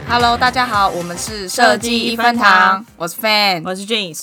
Hello， 大家好，我们是设计一分堂，我是 Fan， 我是 James。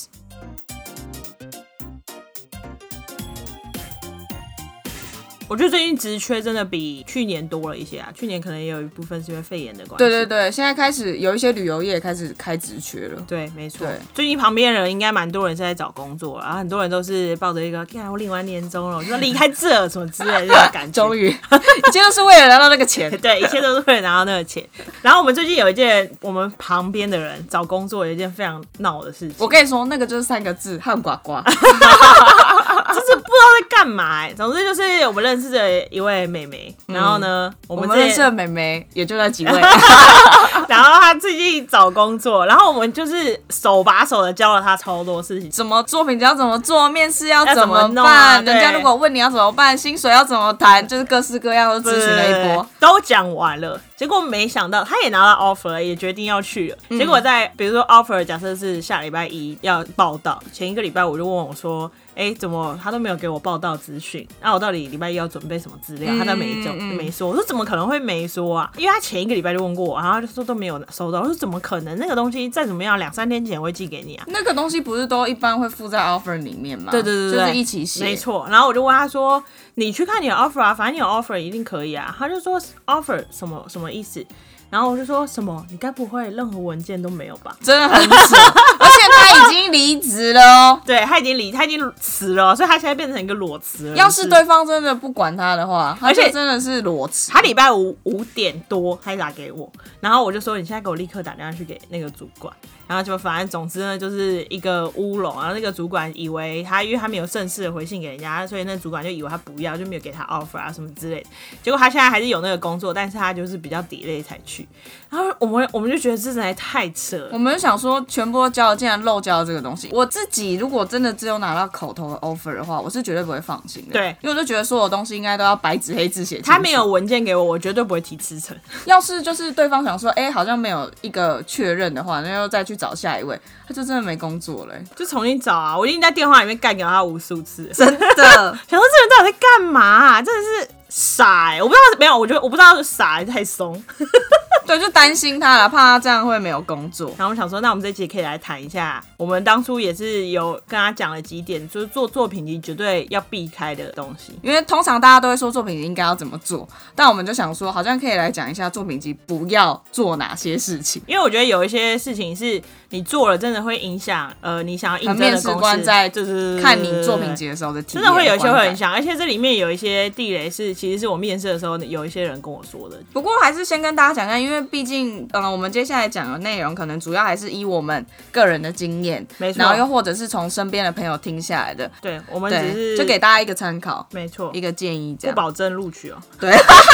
我觉得最近职缺真的比去年多了一些啊，去年可能也有一部分是因为肺炎的关系。 对对对，现在开始有一些旅游业开始开职缺了。 对，没错。最近旁边的人应该蛮多人是在找工作，然后很多人都是抱着一个，看我领完年终了，我就要离开这什么之类的这种感觉。 终于，一切都是为了拿到那个钱。 对，一切都是为了拿到那个钱。然后我们最近有一件，我们旁边的人找工作有一件非常闹的事情。 我跟你说，那个就是3个字：汉呱呱。 就是不知道在干嘛总之就是我们认识的一位妹妹，然后呢，我们认识的妹妹也就那几位。 然后她最近找工作，然后我们就是手把手的教了她超多事情， 怎么作品集要怎么做，面试要怎么办，人家如果问你要怎么办，薪水要怎么谈，就是各式各样都咨询了一波， 都讲完了。结果没想到她也拿到 offer 了，也决定要去了。结果在比如说 offer 假设是下礼拜一要报到，前一个礼拜我就问我说，怎么他都没有给我报到资讯？那我到底礼拜一要准备什么资料？他都没说。我说怎么可能会没说啊？因为他前一个礼拜就问过我，然后他就说都没有收到。我说怎么可能？那个东西再怎么样2-3天前会寄给你啊。 那个东西不是都一般会附在 offer 里面吗？ 对对对对， 就是一起写。 没错。然后我就问他说，你去看你的 offer 啊，反正你有 offer 一定可以啊。他就说 offer 什么意思？然后我就说什么？你该不会任何文件都没有吧？ 真的很扯，而且他已经离职了哦。 对，他已经辞了，所以他现在变成一个裸辞了。 要是对方真的不管他的话，而且真的是裸辞。 他礼拜五5点多他打给我，然后我就说你现在给我立刻打电话去给那个主管。然后就反正总之呢，就是一个乌龙。然后那个主管以为因为他没有正式的回信给人家，所以那主管就以为他不要，就没有给他 offer 啊什么之类的。结果他现在还是有那个工作，但是他就是比较 delay 才去。然后我们就觉得这真的太扯了。 我们就想说全部都交了，竟然漏交了这个东西。我自己如果真的只有拿到口头的 offer 的话，我是绝对不会放心的。 对， 因为我就觉得所有东西应该都要白纸黑字写清楚。 他没有文件给我，我绝对不会提辞呈。 要是就是对方想说，好像没有一个确认的话，那又再去找下一位，他就真的没工作了就重新找啊！我已经在电话里面干掉他无数次， 真的。 想说这人到底在干嘛啊？真的是傻我不知道，没有，我不知道是傻还是太松。 对，就担心他了，怕他这样会没有工作。 然后我想说，那我们这期可以来谈一下，我们当初也是有跟他讲了几点，就是做作品集绝对要避开的东西。 因为通常大家都会说作品集应该要怎么做，但我们就想说，好像可以来讲一下作品集不要做哪些事情。 因为我觉得有一些事情是你做了真的会影响你想要应征的公司， 面试官在看你作品集的时候的体验， 真的会有一些会影响。而且这里面有一些地雷是，其实是我面试的时候有一些人跟我说的。 不过还是先跟大家讲一下，因为毕竟我们接下来讲的内容可能主要还是以我们个人的经验， 没错， 然后又或者是从身边的朋友听下来的。 对，我们只是就给大家一个参考， 没错， 一个建议，这样不保证录取哦。 对。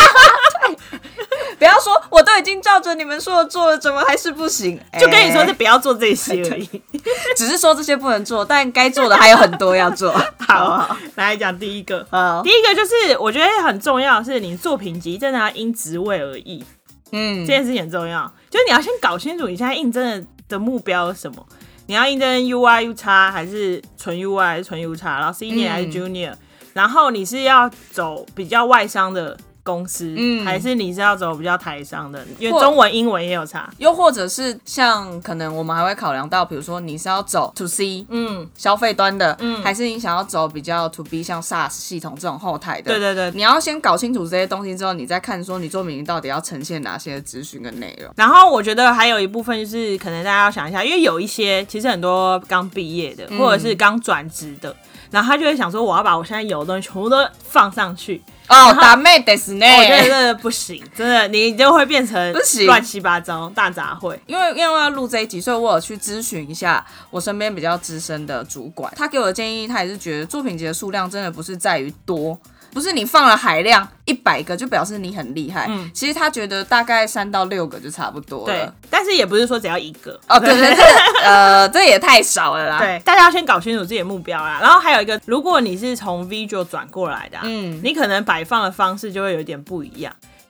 不要说我都已经照着你们说的做了，怎么还是不行？ 就跟你说是不要做这些而已， 只是说这些不能做，但该做的还有很多要做。 好，来讲第一个。第一个就是我觉得很重要的是，你作品集真的要因职位而异。这件事情很重要，就是你要先搞清楚你现在应征的目标是什么。你要应征 UI、UX 还是纯 UI 还是纯 UX， 然后 Senior 还是 Junior，然后你是要走比较外商的公司，还是你是要走比较台商的？因为中文、英文也有差。 又或者是像可能我们还会考量到，比如说你是要走 To C， 消费端的，还是你想要走比较 To B， 像 SaaS 系统这种后台的？ 对对对， 你要先搞清楚这些东西之后，你再看说你作品到底要呈现哪些资讯跟内容。 然后我觉得还有一部分就是可能大家要想一下，因为有一些其实很多刚毕业的，或者是刚转职的，然后他就会想说，我要把我现在有的东西全部都放上去。 打妹ですね。 我觉得真的不行，真的你就会变成乱七八糟大杂烩。 因为要录这一集，所以我有去咨询一下我身边比较资深的主管，他给我的建议，他也是觉得作品集的数量真的不是在于多，不是你放了海量100个就表示你很厉害。其实他觉得大概3到6个就差不多了。 对，但是也不是说只要1个。 对对对，这也太少了啦。 对，大家要先搞清楚自己的目标啦。然后还有一个，如果你是从 Visual 转过来的，你可能摆放的方式就会有点不一样。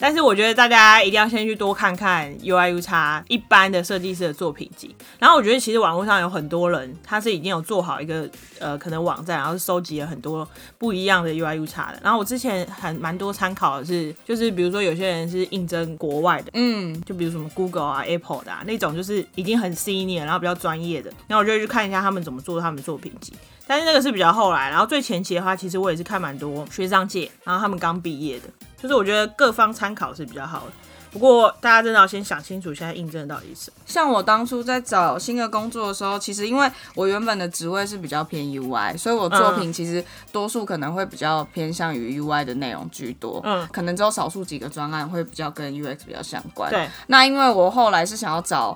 但是我觉得大家一定要先去多看看 UI/UX 一般的设计师的作品集。然后我觉得其实网络上有很多人，他是已经有做好一个可能网站，然后是收集了很多不一样的 UI/UX 的。然后我之前蛮多参考的是，就是比如说有些人是应征国外的，就比如什么 Google 啊、Apple 的那种，就是已经很 senior， 然后比较专业的。然后我就会去看一下他们怎么做他们的作品集。但是那个是比较后来，然后最前期的话，其实我也是看蛮多学长姐，然后他们刚毕业的，就是我觉得各方参考是比较好的。不过大家真的要先想清楚现在应征到底是什么。 像我当初在找新的工作的时候，其实因为我原本的职位是比较偏 UI， 所以我作品其实多数可能会比较偏向于 UI 的内容居多，可能只有少数几个专案会比较跟 UX 比较相关。 对， 那因为我后来是想要找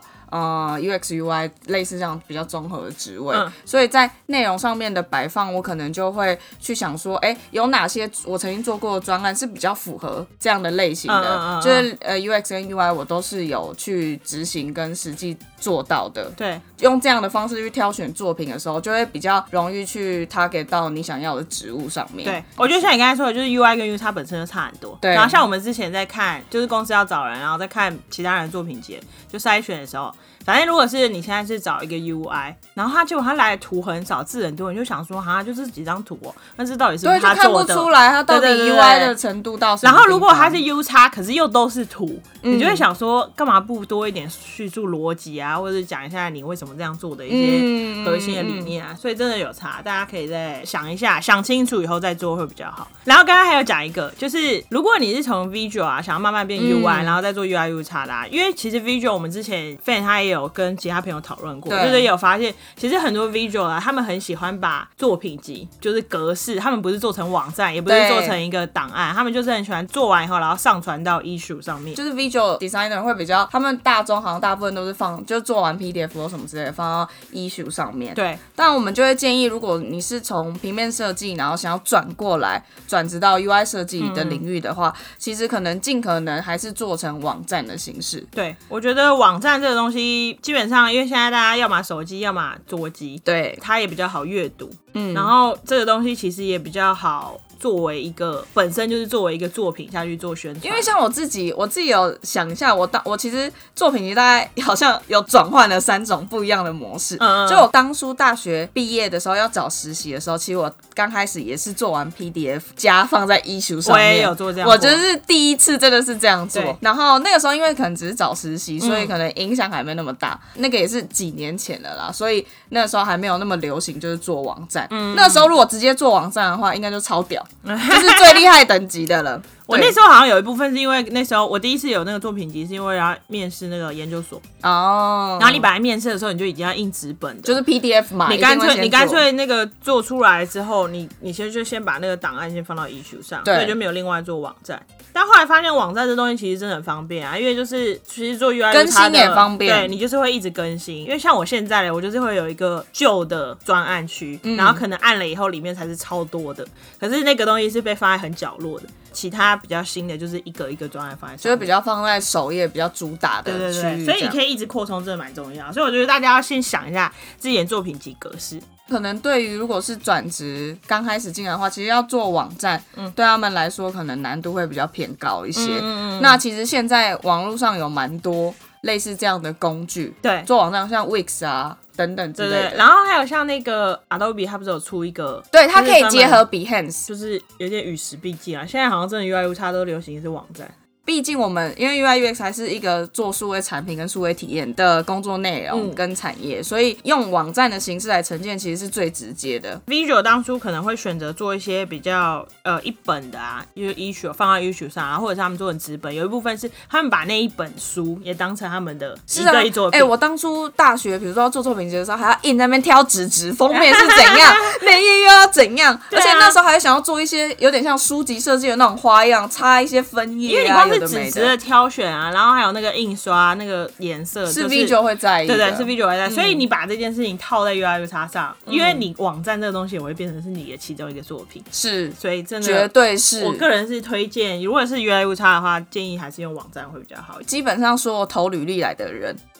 UX/UI 类似这样比较综合的职位，所以在内容上面的摆放，我可能就会去想说，有哪些我曾经做过的专案是比较符合这样的类型的，就是UX 跟 UI 我都是有去执行跟实际做到的。 对， 用这样的方式去挑选作品的时候，就会比较容易去 target 到你想要的职务上面。 对，我觉得像你刚才说的，就是 UI 跟 UX 本身就差很多。 对， 然后像我们之前在看，就是公司要找人，然后在看其他人的作品集，就筛选的时候。反正如果是你现在是找一个 UI， 然后结果他来的图很少，字很多，你就想说就是几张图但是到底是不是他做的？ 对，就看不出来他到底 UI 的程度到什么地方。 然后如果他是 UX， 可是又都是图，你就会想说干嘛不多一点叙述逻辑啊，或者是讲一下你为什么这样做的一些核心的理念啊。所以真的有差，大家可以再想一下，想清楚以后再做会比较好。然后刚刚还有讲一个，就是如果你是从 Visual 想要慢慢变 UI，然后再做 UI/UX 的因为其实 Visual 我们之前 Fan 他也有跟其他朋友讨论过，就是有发现，其实很多 Visual 他们很喜欢把作品集就是格式，他们不是做成网站，也不是做成一个档案，他们就是很喜欢做完以后，然后上传到 issue 上面。 就是 Visual Designer 会比较，他们大中好像大部分都是就做完 PDF 或什么之类的放到 issue 上面。 对， 但我们就会建议，如果你是从平面设计，然后想要转过来转职到 UI 设计的领域的话，其实可能尽可能还是做成网站的形式。 对，我觉得网站这个东西基本上，因为现在大家要么手机，要么桌机， 对， 它也比较好阅读，然后这个东西其实也比较好。作为一个本身就是作为一个作品下去做宣传， 因为像我自己有想一下，我其实作品集大概好像有转换了3种不一样的模式。就我当初大学毕业的时候要找实习的时候，其实我刚开始也是做完 PDF 加放在issue上面， 我也有做这样， 我就是第一次真的是这样做。然后那个时候因为可能只是找实习，所以可能影响还没那么大。那个也是几年前了啦，所以那个时候还没有那么流行，就是做网站。那个时候如果直接做网站的话，应该就超屌。就是最厉害等级的了。 我那时候好像有一部分是因为那时候我第一次有那个作品集，是因为要面试那个研究所然后你本来面试的时候你就已经要印纸本的， 就是 PDF 嘛。 你干脆那个做出来之后，你先把那个档案先放到 issue 上，所以就没有另外做网站。但后来发现网站这东西其实真的很方便啊，因为就是其实做 UI 更新也方便， 对你就是会一直更新。因为像我现在的，我就是会有一个旧的专案区，然后可能按了以后里面才是超多的，可是那个东西是被放在很角落的。其他比较新的就是一个一个专案放在上面， 就是比较放在首页比较主打的区域， 所以你可以一直扩充，真的蛮重要。所以我觉得大家要先想一下自己的作品集格式。 可能对于如果是转职刚开始进来的话，其实要做网站，对他们来说可能难度会比较偏高一些。那其实现在网络上有蛮多类似这样的工具， 对， 做网站像 Wix 啊等等之类的。 对，然后还有像那个 Adobe， 它不是有出一个， 对，它可以结合 Behance， 就是有点与时并进啊。现在好像真的 UI/UX 都流行的是网站。 毕竟我们因为 UI/UX 还是一个做数位产品跟数位体验的工作内容跟产业，所以用网站的形式来呈现其实是最直接的。 Visual 当初可能会选择做一些比较一本的啊，就是 issue 放到 issue 上啊，或者是他们做成纸本，有一部分是他们把那一本书也当成他们的一作品。 我当初大学比如说要做作品集的时候，还要印在那边挑纸封面是怎样，内页又要怎样，而且那时候还想要做一些有点像书籍设计的那种花样，插一些分页啊。 纸质的挑选啊，然后还有那个印刷那个颜色， 是 Visual 会在意的， 对，是 Visual 会在意。所以你把这件事情套在 UI/UX 上，因为你网站这个东西也会变成是你的其中一个作品， 是， 所以真的绝对是。 我个人是推荐，如果是 UI/UX 的话，建议还是用网站会比较好。 基本上说投履历来的人，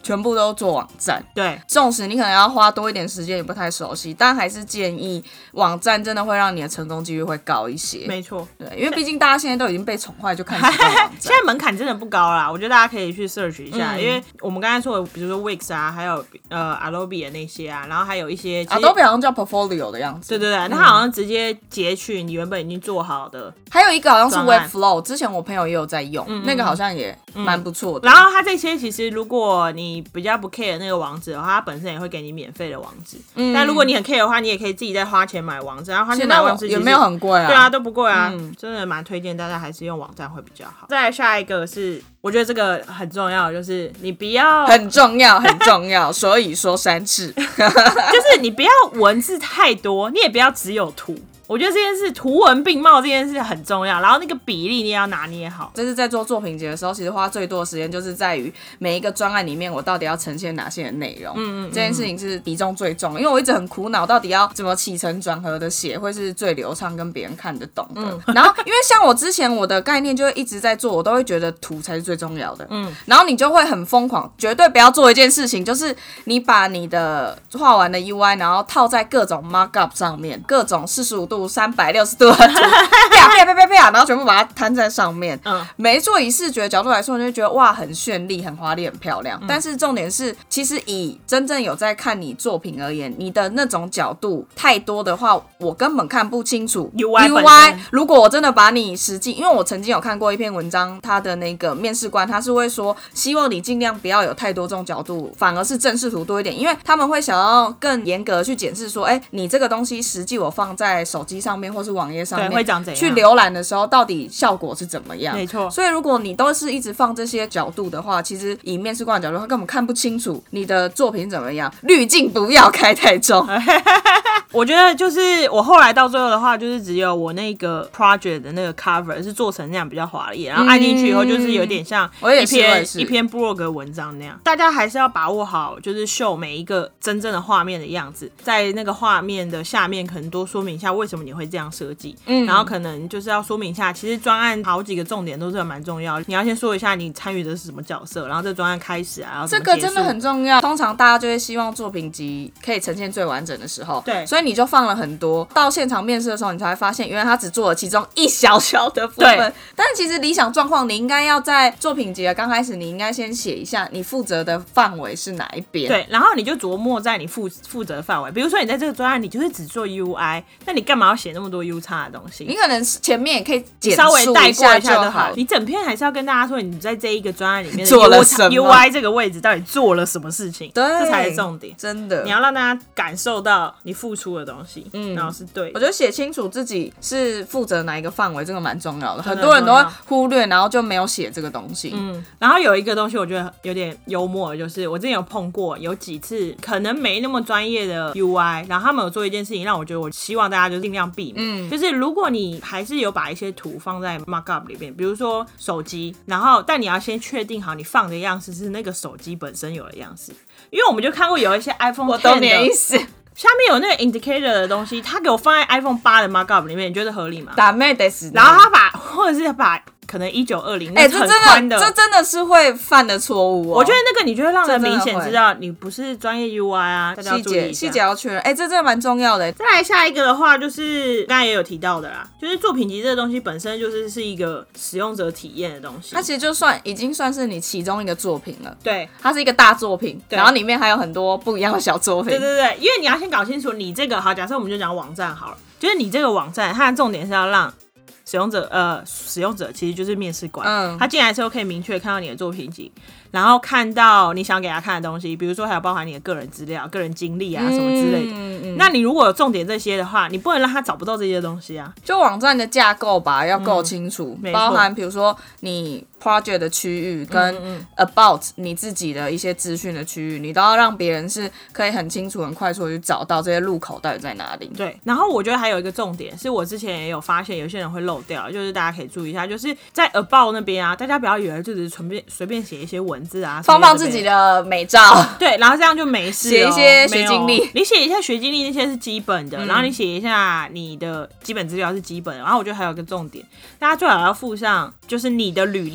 全部都做网站。 对， 纵使你可能要花多一点时间，也不太熟悉，但还是建议网站真的会让你的成功几率会高一些。 没错， 对，因为毕竟大家现在都已经被宠坏，就看习惯网站。 现在门槛真的不高啦，我觉得大家可以去 search 一下，因为我们刚才说的，比如说 Wix 啊，还有Adobe 的那些啊，然后还有一些 Adobe 好像叫 Portfolio 的样子。 对对对，它好像直接截取你原本已经做好的。 还有一个好像是 Webflow， 之前我朋友也有在用，那个好像也蛮不错的。 然后它这些其实如果你比较不 care 那个网址的话，它本身也会给你免费的网址。但如果你很 care 的话，你也可以自己再花钱买网址，然后花钱买网址也没有很贵啊。 对啊，都不贵啊，真的蛮推荐大家还是用网站会比较好。再来下一个是，我觉得这个很重要，就是你不要很重要很重要，所以说3次， 就是你不要文字太多，你也不要只有图。我觉得这件事图文并茂这件事很重要，然后那个比例你也要拿捏好。 这是在做作品集的时候，其实花最多的时间就是在于每一个专案里面我到底要呈现哪些的内容。这件事情是比重最重的，因为我一直很苦恼，到底要怎么起承转合的写会是最流畅跟别人看得懂的。然后因为像我之前我的概念就会一直在做，我都会觉得图才是最重要的。然后你就会很疯狂，绝对不要做一件事情，就是你把你的画完的 UI 然后套在各种 markup 上面，各种45度360度的图，啪，然后全部把它摊在上面。没错，以视觉角度来说，你就觉得哇，很绚丽、很华丽、很漂亮。但是重点是，其实以真正有在看你作品而言，你的那种角度太多的话，我根本看不清楚 UI。如果我真的把你实际，因为我曾经有看过一篇文章，他的那个面试官他是会说，希望你尽量不要有太多这种角度，反而是正视图多一点，因为他们会想要更严格的去检视说，你这个东西实际我放在手机上面或是网页上面， 会长怎样？ 去浏览的时候，到底效果是怎么样？ 没错。 所以如果你都是一直放这些角度的话，其实以面试官的角度，他根本看不清楚你的作品怎么样。滤镜不要开太重。 我觉得就是我后来到最后的话，就是只有我那个 project 的那个 cover 是做成那样比较华丽，然后按进去以后就是有点像一篇 blog 文章那样。大家还是要把握好，就是秀每一个真正的画面的样子，在那个画面的下面可能多说明一下为什么你会这样设计，然后可能就是要说明一下，其实专案好几个重点都是蛮重要的。你要先说一下你参与的是什么角色，然后这专案开始啊，然后这个真的很重要。通常大家就会希望作品集可以呈现最完整的时候， 对， 所以你就放了很多。到现场面试的时候，你才会发现，原来他只做了其中一小小的部分。但是其实理想状况，你应该要在作品集的刚开始，你应该先写一下你负责的范围是哪一边。 对，然后你就琢磨在你负责的范围。比如说你在这个专案，你就是只做 UI， 那你干嘛要写那么多 U 叉的东西？ 你可能前面也可以稍微带过一下就好。 你整篇还是要跟大家说你在这一个专案里面的做了什么 UI 这个位置到底做了什么事情， 对， 这才是重点。 真的， 你要让大家感受到你付出的东西，然后是对的。 我觉得写清楚自己是负责哪一个范围，这个蛮重要的。很多人都会忽略，然后就没有写这个东西。 然后有一个东西我觉得有点幽默的，就是我之前有碰过有几次可能没那么专业的 UI， 然后他们有做一件事情让我觉得我希望大家就尽量避免，就是如果你还是有把一些图放在 markup 里面，比如说手机，然后但你要先确定好你放的样式是那个手机本身有的样式，因为我们就看过有一些 iPhone 10的， 我懂你的意思。 下面有那个 indicator 的东西，他给我放在 iPhone 8的 markup 里面，你觉得合理吗？ 打妹的是， 然后他把或者是把可能1920那很宽的， 这真的是会犯的错误哦。 我觉得那个你就会让人明显知道你不是专业 UI 啊，大家要注意一下细节要确认。这真的蛮重要的。 再来下一个的话，就是刚才也有提到的啦，就是作品集这个东西本身就是一个使用者体验的东西， 它其实已经算是你其中一个作品了。 对， 它是一个大作品，然后里面还有很多不一样的小作品。 对对对，因为你要先搞清楚你这个好，假设我们就讲网站好了，就是你这个网站它的重点是要让使用者其实就是面试官，他进来的时候可以明确看到你的作品集，然后看到你想给他看的东西，比如说还有包含你的个人资料、个人经历啊什么之类的。那你如果有重点这些的话，你不能让他找不到这些东西啊。 就网站的架构吧，要够清楚，包含比如说你 project 的区域跟 about 你自己的一些资讯的区域，你都要让别人是可以很清楚、很快速的去找到这些入口到底在哪里。 对，然后我觉得还有一个重点是我之前也有发现，有些人会漏掉，就是大家可以注意一下，就是在 about 那边啊，大家不要以为就只是随便写一些文字啊， 放自己的美照， 对，然后这样就没事写一些学经历， 你写一下学经历那些是基本的，然后你写一下你的基本资料是基本的，然后我觉得还有一个重点，大家最好要附上就是你的履历。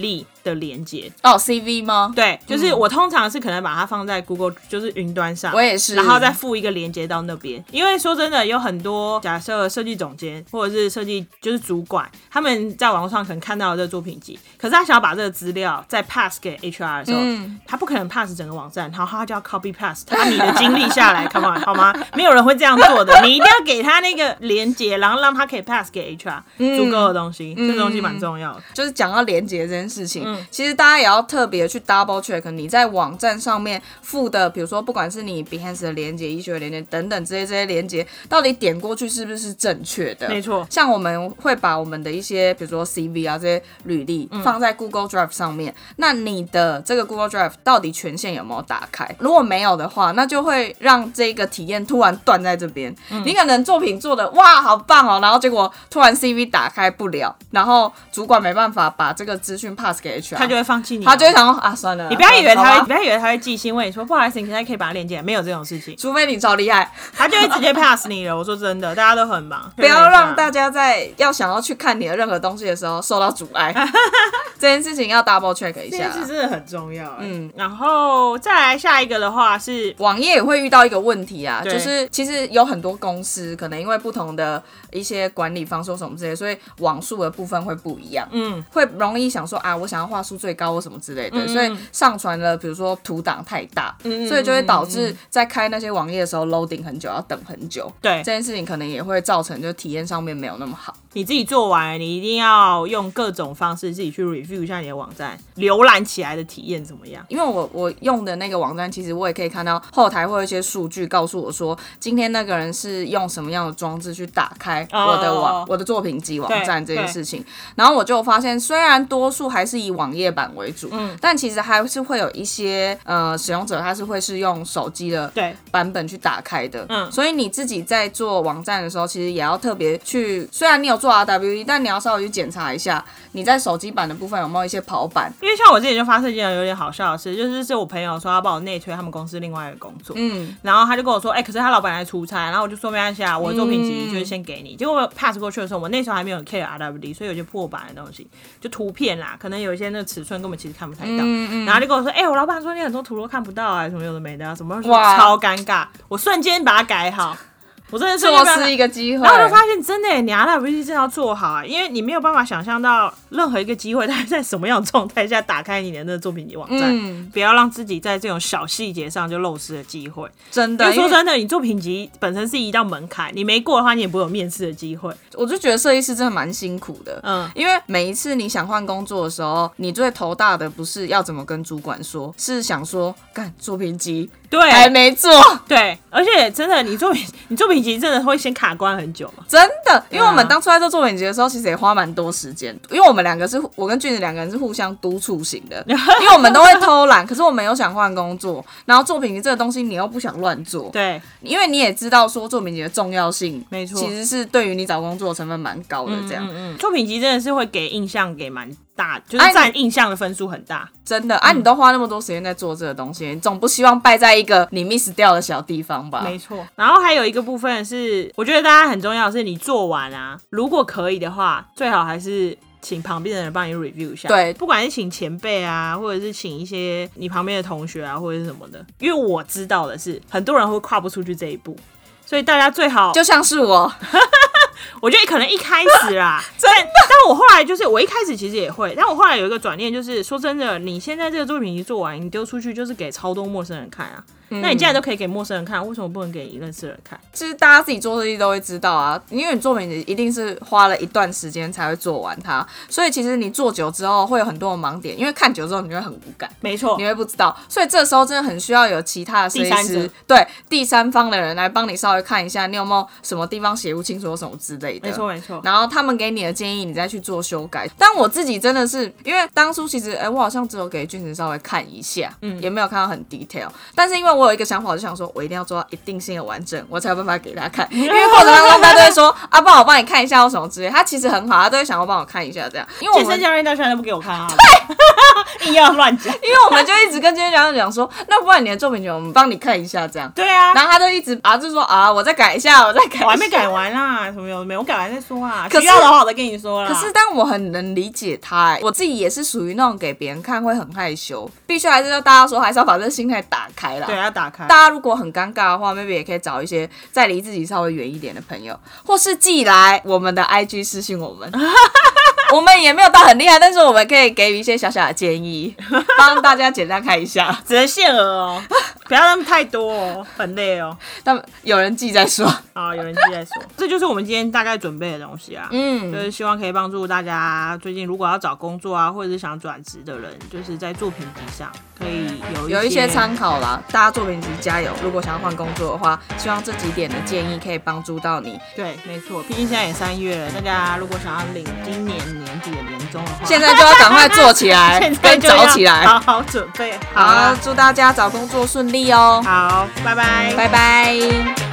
的连结。 CV 吗？ 对，就是我通常是可能把它放在 Google 就是云端上， 我也是， 然后再附一个连结到那边。因为说真的，有很多假设设计总监或者是设计就是主管，他们在网络上可能看到了这个作品集，可是他想要把这个资料再 pass 给 HR 的时候，他不可能 pass 整个网站，然后他就要 copy pass 他你的经历下来，come on 好吗？没有人会这样做的，你一定要给他那个连结，然后让他可以 pass 给 HR 足够的东西，这东西蛮重要的。 就是讲到连结这件事情，其实大家也要特别去 double check 你在网站上面附的，比如说不管是你 Behance 的连结、医学的连结等等这些连结，到底点过去是不是正确的？ 没错， 像我们会把我们的一些比如说 CV 啊这些履历放在 Google Drive 上面，那你的这个 Google Drive 到底权限有没有打开？如果没有的话，那就会让这个体验突然断在这边。你可能作品做的哇好棒哦，然后结果突然 CV 打开不了，然后主管没办法把这个资讯 pass 给 HR， 他就会放弃你， 他就会想说啊算了， 你不要以为他会寄信问你说不好意思，你现在可以把它连接，没有这种事情， 除非你超厉害， 他就会直接 pass 你了。我说真的，大家都很忙， 不要让大家在要想要去看你的任何东西的时候受到阻碍。这件事情要 double check 一下， 这件事真的很重要。然后再来下一个的话是网页也会遇到一个问题啊，就是其实有很多公司可能因为不同的一些管理方式什么之类，所以网速的部分会不一样，会容易想说啊，我想要画素最高或什么之类的，所以上传了比如说图档太大，所以就会导致在开那些网页的时候 loading 很久，要等很久。 对， 这件事情可能也会造成就体验上面没有那么好。 你自己做完，你一定要用各种方式自己去 review 一下你的网站，浏览起来的体验怎么样？ 因为我用的那个网站，其实我也可以看到后台会有一些数据告诉我说，今天那个人是用什么样的装置去打开我的作品集网站这件事情。然后我就发现，虽然多数还是以网页版为主，但其实还是会有一些使用者他是会是用手机的版本去打开的。所以你自己在做网站的时候，其实也要特别去，虽然你有做 RWE， 但你要稍微去检查一下你在手机版的部分有没有一些跑版。 因为像我之前就发生一件有点好笑的事，就是我朋友说他帮我内推他们公司另外一个工作，然后他就跟我说，可是他老板来出差，然后我就说没关系啊，我的作品集就是先给你。结果我 pass 过去的时候，我那时候还没有 care RWD， 所以有些破版的东西，就图片啦，可能有一些那个尺寸根本其实看不太到，然后他就跟我说，我老板说你很多图都看不到啊，什么有的没的啊，什么超尴尬，我瞬间把它改好。我真的是错失一个机会， 然后我就发现真的你 RWD 真的要做好啊，因为你没有办法想象到任何一个机会它在什么样的状态下打开你的那个作品集网站，不要让自己在这种小细节上就漏失了机会。 真的， 因为说真的，你作品集本身是一道门槛，你没过的话，你也不会有面试的机会。 我就觉得设计师真的蛮辛苦的，因为每一次你想换工作的时候，你最头大的不是要怎么跟主管说，是想说干作品集对还没做， 对，而且真的你作品集真的会先卡关很久嘛， 真的，因为我们当初在做作品集的时候，其实也花蛮多时间，因为我们我跟俊子两个人是互相督促型的，因为我们都会偷懒，可是我们又想换工作，然后作品集这个东西你又不想乱做， 对， 因为你也知道说作品集的重要性， 没错， 其实是对于你找工作的成分蛮高的，这样， 作品集真的是会给印象给蛮大，就是占印象的分数很大， 真的你都花那么多时间在做这个东西，你总不希望败在一个你 miss 掉的小地方吧？ 没错。然后还有一个部分是，我觉得大家很重要的是，你做完啊，如果可以的话，最好还是请旁边的人帮你 review 一下， 对， 不管是请前辈啊，或者是请一些你旁边的同学啊，或者是什么的，因为我知道的是，很多人会跨不出去这一步，所以大家最好就像是我。 我觉得可能一开始啦，但我后来就是我一开始其实也会，但我后来有一个转念，就是说真的，你现在这个作品一做完，你丢出去就是给超多陌生人看啊。那你既然都可以给陌生人看，为什么不能给认识的人看？ 其实大家自己做设计都会知道啊，因为你作品一定是花了一段时间才会做完它，所以其实你做久之后会有很多的盲点，因为看久之后你会很无感， 没错， 你会不知道，所以这时候真的很需要有其他的设计师，对第三方的人来帮你稍微看一下，你有没有什么地方写不清楚什么之类的， 没错没错。 然后他们给你的建议，你再去做修改。但我自己真的是因为当初其实我好像只有给俊子稍微看一下，也没有看到很 detail， 但是因为我我有一个想法，我就想说我一定要做到一定性的完整，我才有办法给他看。因为过程当中他都会说啊，不然我帮你看一下或什么之类，他其实很好，他都会想要帮我看一下这样。因为健身教练到现在都不给我看啊，硬要乱讲。 因为我们就一直跟健身教练讲说，那不然你的作品集我们帮你看一下这样。 对啊， 然后他就一直就说我再改一下，我再改一下。 我还没改完啦，什么有没有？我改完再说啊。需要的话我再跟你说啦。 可是但我很能理解他，我自己也是属于那种给别人看会很害羞，必须还是要大家说，还是要把这个心态打开啦。 对，要打开。 大家如果很尴尬的话 ，maybe 也可以找一些再离自己稍微远一点的朋友，或是寄来我们的 IG 私信我们。我们也没有到很厉害，但是我们可以给予一些小小的建议，帮大家简单看一下。 只能限额哦，不要那么太多哦，很累哦。 但有人寄在说啊，有人寄在说，这就是我们今天大概准备的东西啊。就是希望可以帮助大家最近如果要找工作啊，或者是想转职的人，就是在作品集上可以有一些参考啦。 大家作品集加油！如果想要换工作的话，希望这几点的建议可以帮助到你。 对，没错，毕竟现在也3月了，大家如果想要领今年年底的年终的话， 现在就要赶快做起来，跟找起来， 好好准备。 好，祝大家找工作顺利哦。 好，拜拜， 拜拜。